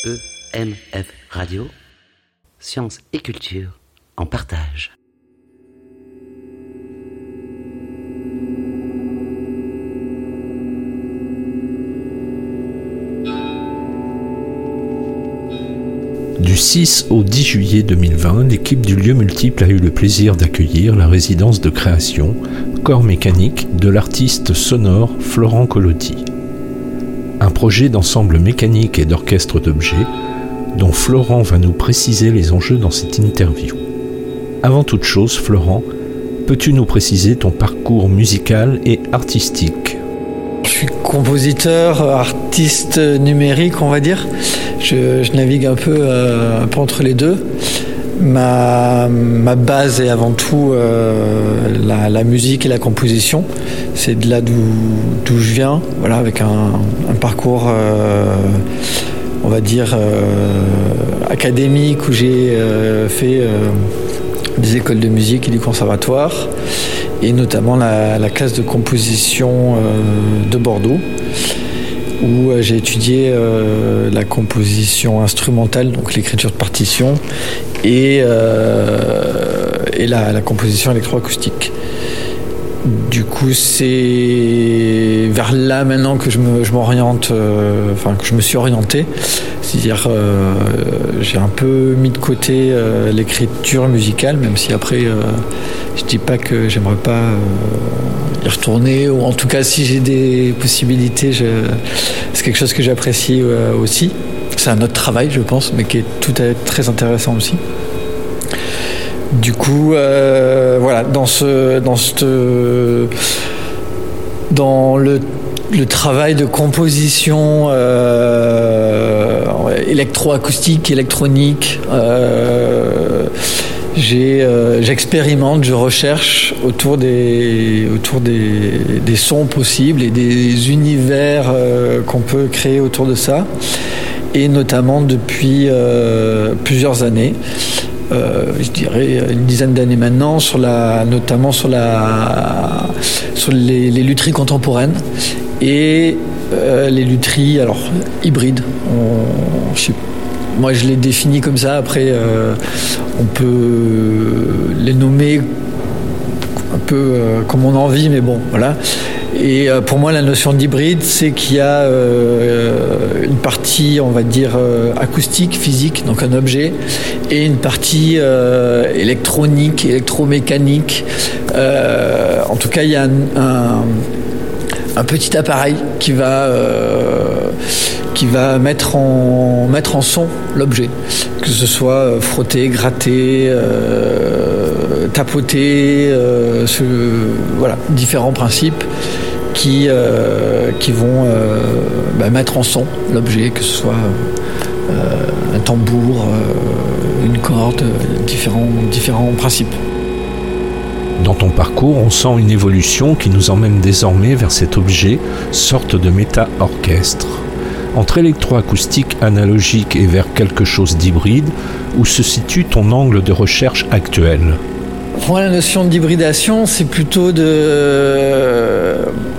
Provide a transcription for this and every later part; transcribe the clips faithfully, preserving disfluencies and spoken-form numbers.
E M F Radio, sciences et culture en partage. Du six au dix juillet deux mille vingt, l'équipe du lieu multiple a eu le plaisir d'accueillir la résidence de création Corps mécanique de l'artiste sonore Florent Collodi. Un projet d'ensemble mécanique et d'orchestre d'objets dont Florent va nous préciser les enjeux dans cette interview. Avant toute chose, Florent, peux-tu nous préciser ton parcours musical et artistique ? Je suis compositeur, artiste numérique, on va dire. Je, je navigue un peu, euh, un peu entre les deux. Ma, ma base est avant tout euh, la, la musique et la composition. C'est de là d'où, d'où je viens, voilà, avec un, un parcours, euh, on va dire, euh, académique où j'ai euh, fait euh, des écoles de musique et du conservatoire, et notamment la, la classe de composition euh, de Bordeaux, où j'ai étudié euh, la composition instrumentale, donc l'écriture de partitions, et, euh, et la, la composition électroacoustique. Du coup, c'est vers là maintenant que je, me, je m'oriente, euh, enfin que je me suis orienté. C'est-à-dire, euh, j'ai un peu mis de côté euh, l'écriture musicale, même si après, euh, je dis pas que j'aimerais pas euh, y retourner, ou en tout cas, si j'ai des possibilités, je, c'est quelque chose que j'apprécie euh, aussi. C'est un autre travail, je pense, mais qui est tout à fait très intéressant aussi. Du coup, euh, voilà, dans ce, dans ce, dans le, le travail de composition euh, électroacoustique, électronique, euh, j'ai, euh, j'expérimente, je recherche autour des, autour des, des sons possibles et des univers euh, qu'on peut créer autour de ça, et notamment depuis euh, plusieurs années. Euh, je dirais une dizaine d'années maintenant, sur la, notamment sur, la, sur les, les lutheries contemporaines et euh, les lutheries alors, hybrides. On, je sais, moi, je les définis comme ça. Après, euh, on peut les nommer un peu euh, comme on a envie, mais bon, voilà. Et euh, pour moi, la notion d'hybride, c'est qu'il y a euh, une partie, on va dire, euh, acoustique, physique, donc un objet, et une partie euh, électronique, électromécanique. Euh, en tout cas, il y a un, un, un petit appareil qui va, euh, qui va mettre en, mettre en son l'objet, que ce soit frotter, gratter, euh, tapoter, euh, ce, voilà, différents principes qui, euh, qui vont euh, bah, mettre en son l'objet, que ce soit euh, un tambour, euh, une corde, différents, différents principes. Dans ton parcours, on sent une évolution qui nous emmène désormais vers cet objet, sorte de méta-orchestre. Entre électroacoustique analogique et vers quelque chose d'hybride, où se situe ton angle de recherche actuel ? Pour moi, la notion d'hybridation, c'est plutôt de,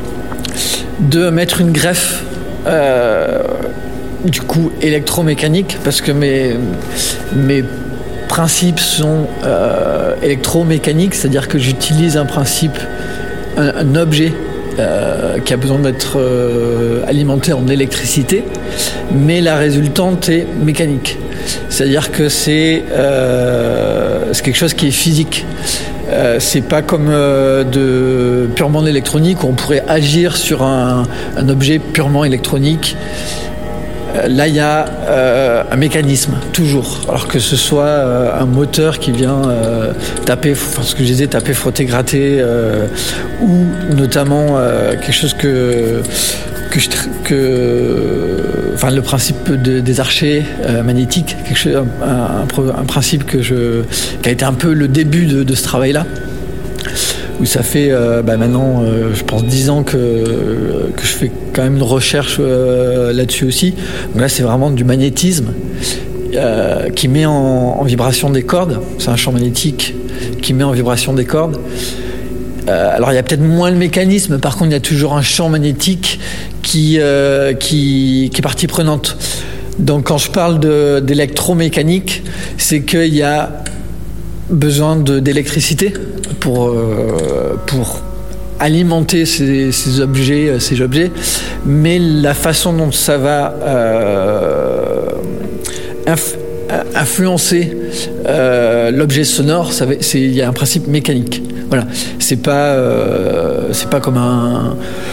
de mettre une greffe euh, du coup électromécanique, parce que mes, mes principes sont euh, électromécaniques, c'est-à-dire que j'utilise un principe, un, un objet Euh, qui a besoin d'être euh, alimenté en électricité, mais la résultante est mécanique. C'est-à-dire que c'est, euh, c'est quelque chose qui est physique. Euh, c'est pas comme euh, de purement électronique où on pourrait agir sur un, un objet purement électronique. Là, il y a euh, un mécanisme, toujours. Alors que ce soit euh, un moteur qui vient euh, taper, enfin, ce que je disais, taper, frotter, gratter, euh, ou notamment euh, quelque chose que, que, je, que enfin, le principe de, des archers euh, magnétiques, quelque chose, un, un, un principe que je, qui a été un peu le début de, de ce travail-là. Où ça fait euh, bah maintenant, euh, je pense, dix ans que, que je fais quand même une recherche euh, là-dessus aussi. Donc là, c'est vraiment du magnétisme euh, qui met en, en vibration des cordes. C'est un champ magnétique qui met en vibration des cordes. Euh, alors, il y a peut-être moins le mécanisme. Par contre, il y a toujours un champ magnétique qui, euh, qui, qui est partie prenante. Donc quand je parle de, d'électromécanique, c'est qu'il y a besoin de, d'électricité pour, euh, pour alimenter ces, ces objets, ces objets, mais la façon dont ça va euh, inf- influencer euh, l'objet sonore, ça va, c'est, il y a un principe mécanique. Voilà, c'est pas, euh, c'est pas comme un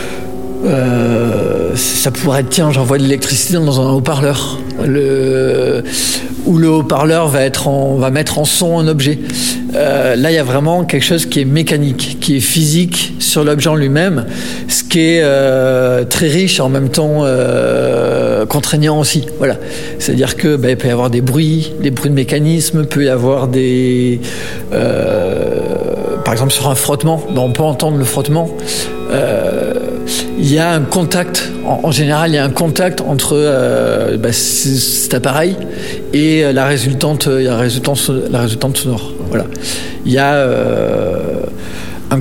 Euh, ça pourrait être, tiens, j'envoie de l'électricité dans un haut-parleur, le, où le haut-parleur va, être en, va mettre en son un objet. Euh, là, il y a vraiment quelque chose qui est mécanique, qui est physique sur l'objet en lui-même, ce qui est euh, très riche et en même temps euh, contraignant aussi. Voilà. C'est-à-dire que bah, il peut y avoir des bruits, des bruits de mécanisme, il peut y avoir des... Euh, par exemple, sur un frottement, bah, on peut entendre le frottement. Euh, il y a un contact, en, en général, il y a un contact entre euh, bah, cet appareil et la résultante, la résultante, la résultante sonore. Voilà. Il y a euh, un,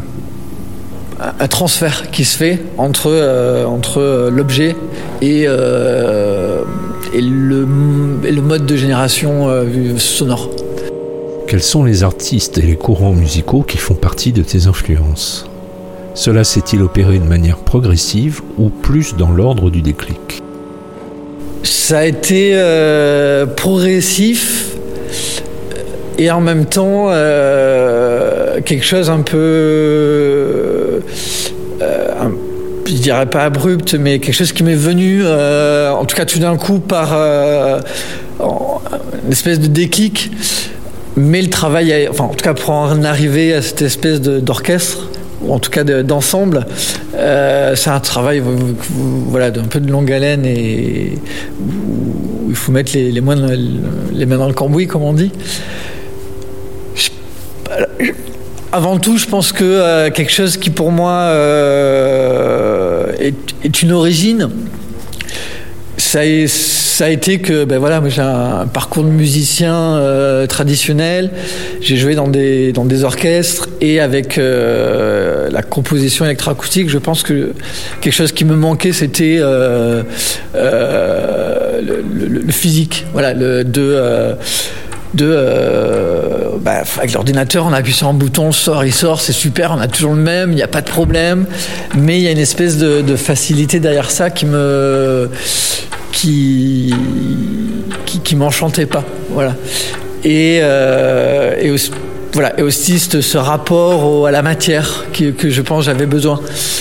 un transfert qui se fait entre, euh, entre l'objet et, euh, et, le, et le mode de génération euh, sonore. Quels sont les artistes et les courants musicaux qui font partie de tes influences ? Cela s'est-il opéré de manière progressive ou plus dans l'ordre du déclic ? Ça a été euh, progressif et en même temps euh, quelque chose un peu, euh, un, je dirais pas abrupt, mais quelque chose qui m'est venu, euh, en tout cas tout d'un coup, par euh, une espèce de déclic. Mais le travail, a, enfin en tout cas pour en arriver à cette espèce de, d'orchestre, ou en tout cas de, d'ensemble, euh, c'est un travail voilà, d'un peu de longue haleine et où il faut mettre les, les, mains, les mains dans le cambouis, comme on dit. Je, avant tout, je pense que euh, quelque chose qui pour moi euh, est, est une origine, ça a, ça a été que ben voilà, moi j'ai un, un parcours de musicien euh, traditionnel. J'ai joué dans des dans des orchestres et avec euh, la composition électroacoustique, je pense que quelque chose qui me manquait, c'était euh, euh, le, le, le physique. Voilà, le, de euh, de euh, bah, avec l'ordinateur, on appuie sur un bouton, sort, il sort, c'est super, on a toujours le même, il n'y a pas de problème, mais il y a une espèce de, de facilité derrière ça qui me qui qui, qui m'enchantait pas, voilà. Et euh, et aussi, voilà, et aussi ce, ce rapport au, à la matière que, que je pense j'avais besoin.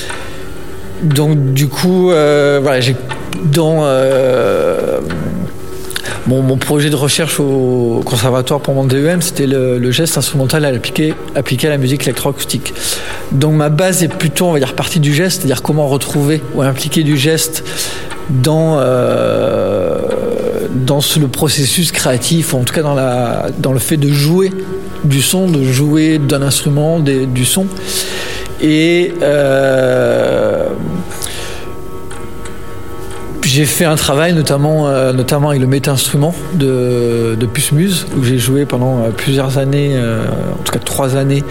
Donc du coup, euh, voilà, j'ai dans euh, Mon, mon projet de recherche au conservatoire pour mon D E M, c'était le, le geste instrumental à appliquer, appliqué à la musique électroacoustique. Donc ma base est plutôt, on va dire, partie du geste, c'est-à-dire comment retrouver ou impliquer du geste dans, euh, dans le processus créatif, ou en tout cas dans, la, dans le fait de jouer du son, de jouer d'un instrument, des, du son. Et... Euh, j'ai fait un travail notamment, euh, notamment avec le méta-instrument de, de Puce Muse, où j'ai joué pendant euh, plusieurs années, euh, en tout cas trois années,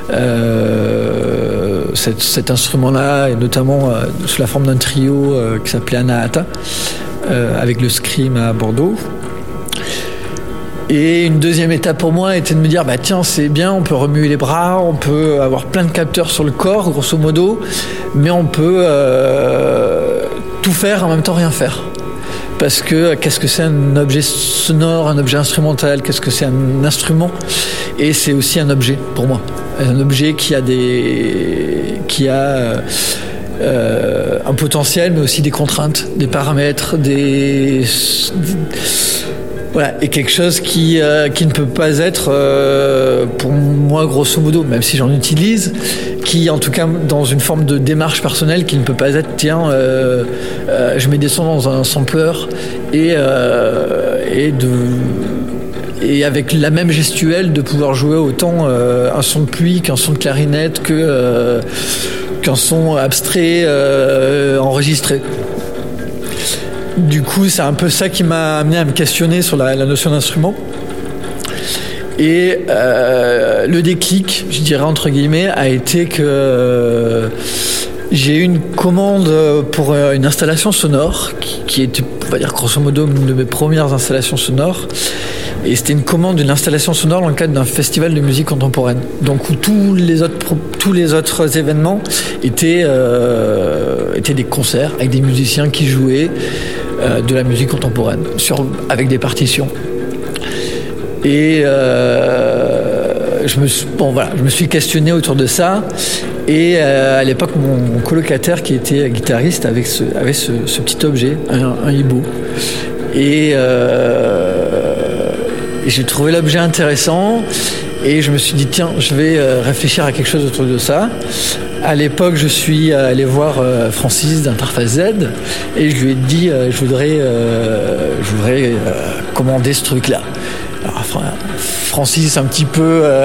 euh, cet, cet instrument-là, et notamment euh, sous la forme d'un trio euh, qui s'appelait Anahata, euh, avec le Scream à Bordeaux. Et une deuxième étape pour moi était de me dire, bah tiens, c'est bien, on peut remuer les bras, on peut avoir plein de capteurs sur le corps, grosso modo, mais on peut euh, tout faire en même temps rien faire. Parce que qu'est-ce que c'est un objet sonore, un objet instrumental, qu'est-ce que c'est un instrument? Et c'est aussi un objet pour moi, un objet qui a des, qui a euh, un potentiel, mais aussi des contraintes, des paramètres, des, voilà, et quelque chose qui euh, qui ne peut pas être, euh, pour moi grosso modo, même si j'en utilise, qui en tout cas dans une forme de démarche personnelle, qui ne peut pas être tiens, euh, euh, je mets des sons dans un sampler et euh, et de et avec la même gestuelle de pouvoir jouer autant euh, un son de pluie qu'un son de clarinette que euh, qu'un son abstrait euh, enregistré. Du coup, c'est un peu ça qui m'a amené à me questionner sur la, la notion d'instrument. Et euh, le déclic, je dirais entre guillemets, a été que J'ai eu une commande pour une installation sonore qui, qui était, on va dire, grosso modo, une de mes premières installations sonores. Et c'était une commande d'une installation sonore dans le cadre d'un festival de musique contemporaine. Donc où tous les autres, tous les autres événements étaient, euh, étaient des concerts avec des musiciens qui jouaient euh, de la musique contemporaine sur, avec des partitions. Et euh, je, me suis, bon, voilà, je me suis questionné autour de ça. Et euh, à l'époque, mon colocataire qui était guitariste avait ce, avait ce, ce petit objet, un, un hibou. Et, euh, et j'ai trouvé l'objet intéressant. Et je me suis dit, tiens, je vais euh, réfléchir à quelque chose autour de ça. À l'époque, je suis allé voir euh, Francis d'Interface Z. Et je lui ai dit, euh, je voudrais, euh, je voudrais euh, commander ce truc-là. Alors, Francis, un petit peu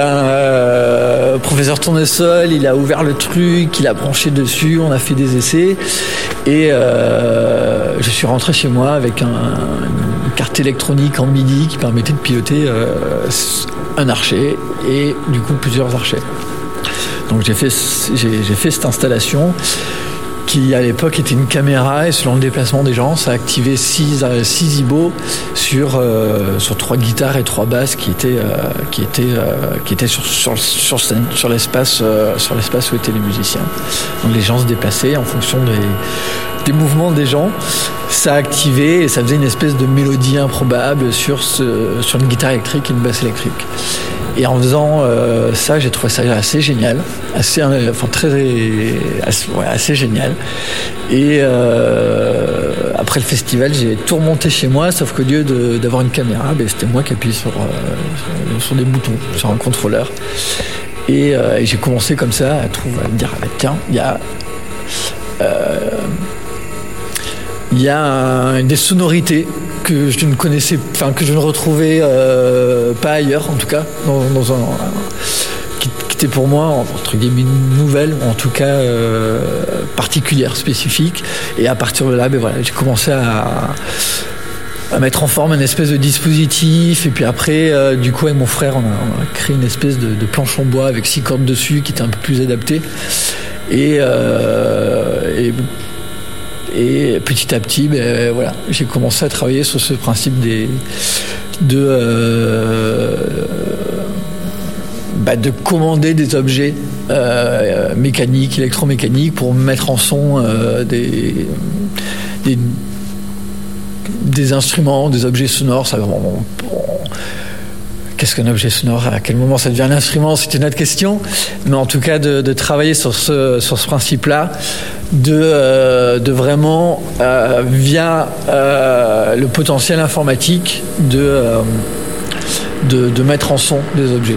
euh, professeur tournesol, il a ouvert le truc, il a branché dessus, on a fait des essais et euh, je suis rentré chez moi avec un, une carte électronique en MIDI qui permettait de piloter euh, un archet et du coup plusieurs archets. Donc j'ai fait, j'ai, j'ai fait cette installation qui à l'époque était une caméra et selon le déplacement des gens, ça activait six ibos sur euh, sur trois guitares et trois basses qui étaient euh, qui étaient euh, qui étaient sur sur sur scène, sur l'espace euh, sur l'espace où étaient les musiciens. Donc les gens se déplaçaient en fonction des des mouvements des gens. Ça activait et ça faisait une espèce de mélodie improbable sur ce sur une guitare électrique et une basse électrique. Et en faisant euh, ça, j'ai trouvé ça assez génial, assez, enfin très, assez, ouais, assez génial. Et euh, après le festival, j'ai tout remonté chez moi, sauf qu'au lieu de, d'avoir une caméra, ben, c'était moi qui appuyais sur, euh, sur, sur des boutons, sur un contrôleur. Et, euh, et j'ai commencé comme ça à, trouver, à me dire, ah, tiens, il y a... Euh, il y a un, des sonorités que je ne connaissais, enfin que je ne retrouvais euh, pas ailleurs, en tout cas, dans, dans un, un qui, qui était pour moi entre guillemets nouvelle, ou en tout cas euh, particulière, spécifique. Et à partir de là, ben voilà, j'ai commencé à, à mettre en forme une espèce de dispositif. Et puis après, euh, du coup, avec mon frère, on a, on a créé une espèce de, de planche en bois avec six cordes dessus, qui était un peu plus adaptée. Et, euh, et Et petit à petit, ben, voilà, j'ai commencé à travailler sur ce principe des, de, euh, bah, de commander des objets euh, mécaniques, électromécaniques pour mettre en son euh, des, des, des instruments, des objets sonores. Ça, on, on, Qu'est-ce qu'un objet sonore ? À quel moment ça devient un instrument ? C'est une autre question. Mais en tout cas, de, de travailler sur ce, sur ce principe-là, de, euh, de vraiment, euh, via euh, le potentiel informatique, de, euh, de, de mettre en son des objets.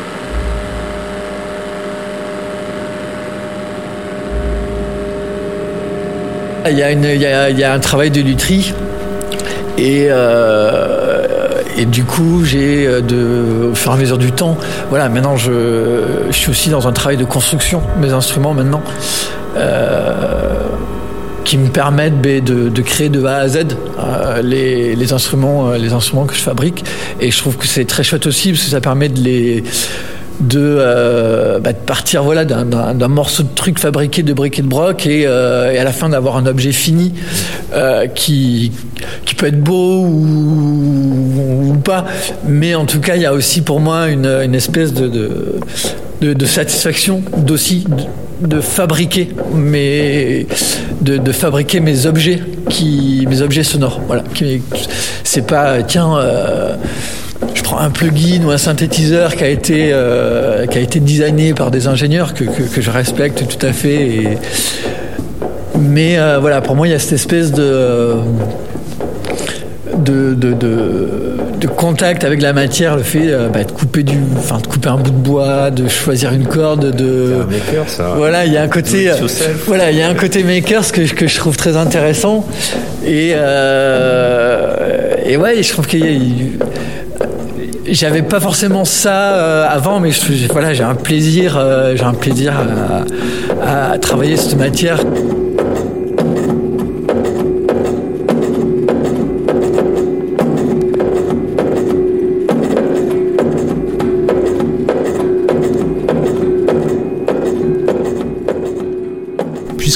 Il y a, une, il y a, il y a un travail de lutherie. Et... Euh, Et du coup, j'ai, de, au fur et à mesure du temps, voilà, maintenant je, je suis aussi dans un travail de construction de mes instruments maintenant, euh, qui me permettent de, de créer de A à Z euh, les, les instruments, les instruments que je fabrique. Et je trouve que c'est très chouette aussi parce que ça permet de les de, euh, bah, de partir voilà d'un, d'un, d'un morceau de truc fabriqué de briques et de broc et, euh, et à la fin d'avoir un objet fini euh, qui qui peut être beau ou, ou pas, mais en tout cas il y a aussi pour moi une, une espèce de de, de, de satisfaction d'aussi de, de fabriquer mes de, de fabriquer mes objets qui mes objets sonores, voilà, qui, c'est pas tiens euh, je prends un plugin ou un synthétiseur qui a été euh, qui a été designé par des ingénieurs que, que, que je respecte tout à fait. Et... Mais euh, voilà, pour moi, il y a cette espèce de de, de, de, de contact avec la matière, le fait euh, bah, de couper du, enfin de couper un bout de bois, de choisir une corde, de. C'est un maker, ça. Voilà, il y a un côté, euh, voilà, il y a un côté maker, ce que que je trouve très intéressant. Et euh, et ouais, je trouve qu'il y a j'avais pas forcément ça euh, avant, mais je, voilà, j'ai un plaisir, euh, j'ai un plaisir à, à travailler cette matière.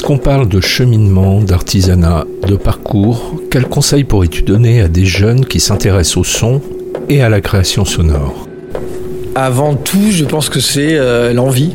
Puisqu'on parle de cheminement, d'artisanat, de parcours, quels conseils pourrais-tu donner à des jeunes qui s'intéressent au son et à la création sonore ? Avant tout, je pense que c'est euh, l'envie.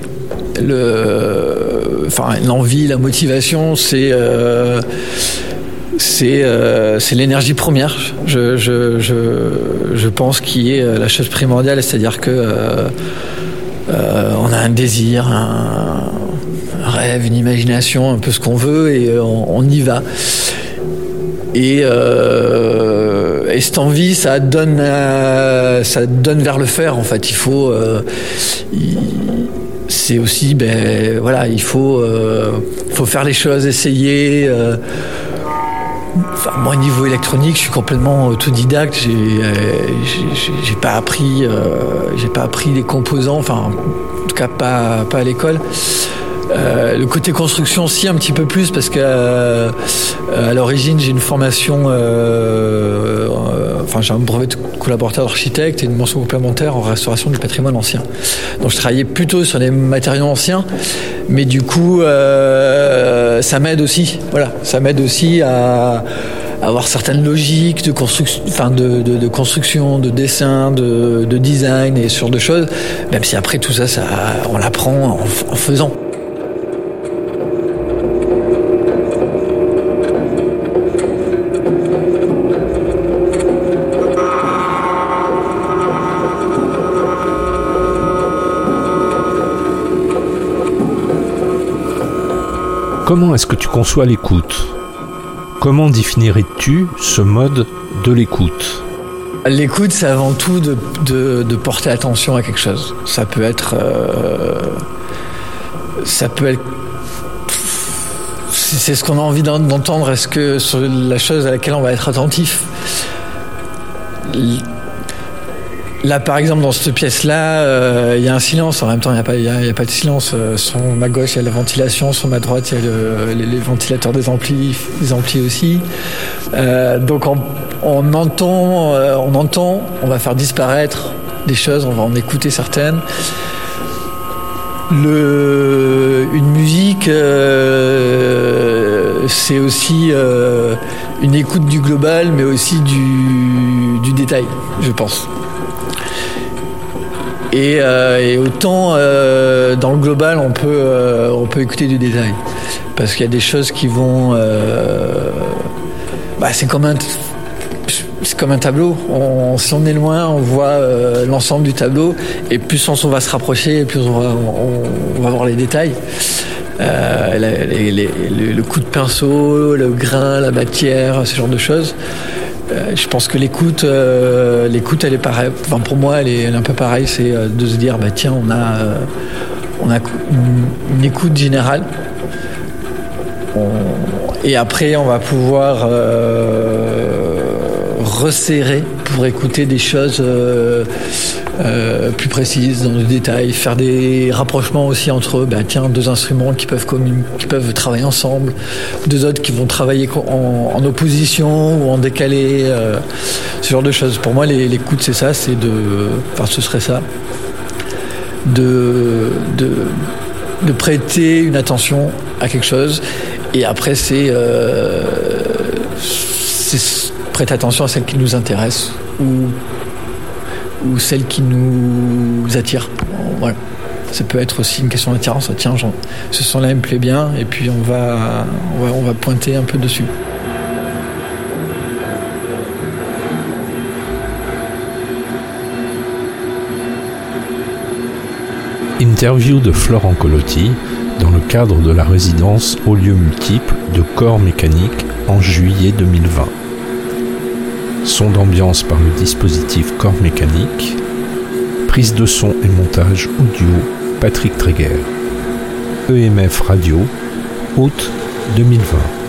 Le, enfin, l'envie, la motivation, c'est, euh, c'est, euh, c'est l'énergie première. Je, je, je, je pense qui est la chose primordiale, c'est-à-dire que euh, euh, on a un désir, un, un rêve, une imagination, un peu ce qu'on veut, et on, on y va. Et, euh, et cette envie, ça donne, euh, ça donne vers le faire. En fait, il faut, euh, il, c'est aussi, ben voilà, il faut, euh, faut faire les choses, essayer. Euh, enfin, moi, au niveau électronique, je suis complètement autodidacte. J'ai, euh, j'ai, j'ai pas appris, euh, j'ai pas appris les composants. Enfin, en tout cas, pas, pas à l'école. Euh, le côté construction aussi un petit peu plus parce que euh, à l'origine j'ai une formation euh, euh, enfin j'ai un brevet de collaborateur d'architecte et une mention complémentaire en restauration du patrimoine ancien, donc je travaillais plutôt sur les matériaux anciens, mais du coup euh, ça m'aide aussi, voilà, ça m'aide aussi à avoir certaines logiques de construction, enfin de, de, de construction, de dessin, de, de design et ce genre de choses, même si après tout ça, ça on l'apprend en, en faisant. Comment est-ce que tu conçois l'écoute ? Comment définirais-tu ce mode de l'écoute ? L'écoute, c'est avant tout de, de, de porter attention à quelque chose. Ça peut être... Euh, ça peut être... C'est ce qu'on a envie d'entendre. Est-ce que sur la chose à laquelle on va être attentif ? Là, par exemple, dans cette pièce-là, il euh, y a un silence. En même temps, il n'y a pas, il y a, il y a pas de silence. Euh, sur ma gauche, il y a la ventilation. Sur ma droite, il y a le, les, les ventilateurs des amplis, des amplis aussi. Euh, donc, on, on entend, euh, on entend, on va faire disparaître des choses. On va en écouter certaines. Le, une musique, euh, c'est aussi euh, une écoute du global, mais aussi du, du détail, je pense. Et, euh, et autant euh, dans le global, on peut, euh, on peut écouter du détail, parce qu'il y a des choses qui vont. Euh, bah, c'est comme un, c'est comme un tableau. On, si on est loin, on voit euh, l'ensemble du tableau, et plus on va se rapprocher, plus on va, on, on va voir les détails. Euh, les, les, les, le coup de pinceau, le grain, la matière, ce genre de choses. Euh, je pense que l'écoute, euh, l'écoute, elle est pareille. Enfin, pour moi, elle est, elle est un peu pareille. C'est euh, de se dire, bah tiens, on a, euh, on a une, une écoute générale. On, et après, on va pouvoir euh, resserrer pour écouter des choses euh, euh, plus précises dans le détail, faire des rapprochements aussi entre bah, tiens, deux instruments qui peuvent, commun- qui peuvent travailler ensemble, deux autres qui vont travailler en, en opposition ou en décalé, euh, ce genre de choses. Pour moi, les, l'écoute, c'est ça, c'est de, enfin, ce serait ça, de, de, de prêter une attention à quelque chose. Et après, c'est, euh, c'est prêter attention à celle qui nous intéresse ou, ou celle qui nous attire. Voilà. Ça peut être aussi une question d'attirance. Tiens, genre, ce son-là me plaît bien, et puis on va, on va, on va pointer un peu dessus. Interview de Florent Colotti dans le cadre de la résidence aux lieux multiples de corps mécanique en juillet deux mille vingt. Son d'ambiance par le dispositif corps mécanique, prise de son et montage audio Patrick Tréguer. E M F Radio, août deux mille vingt.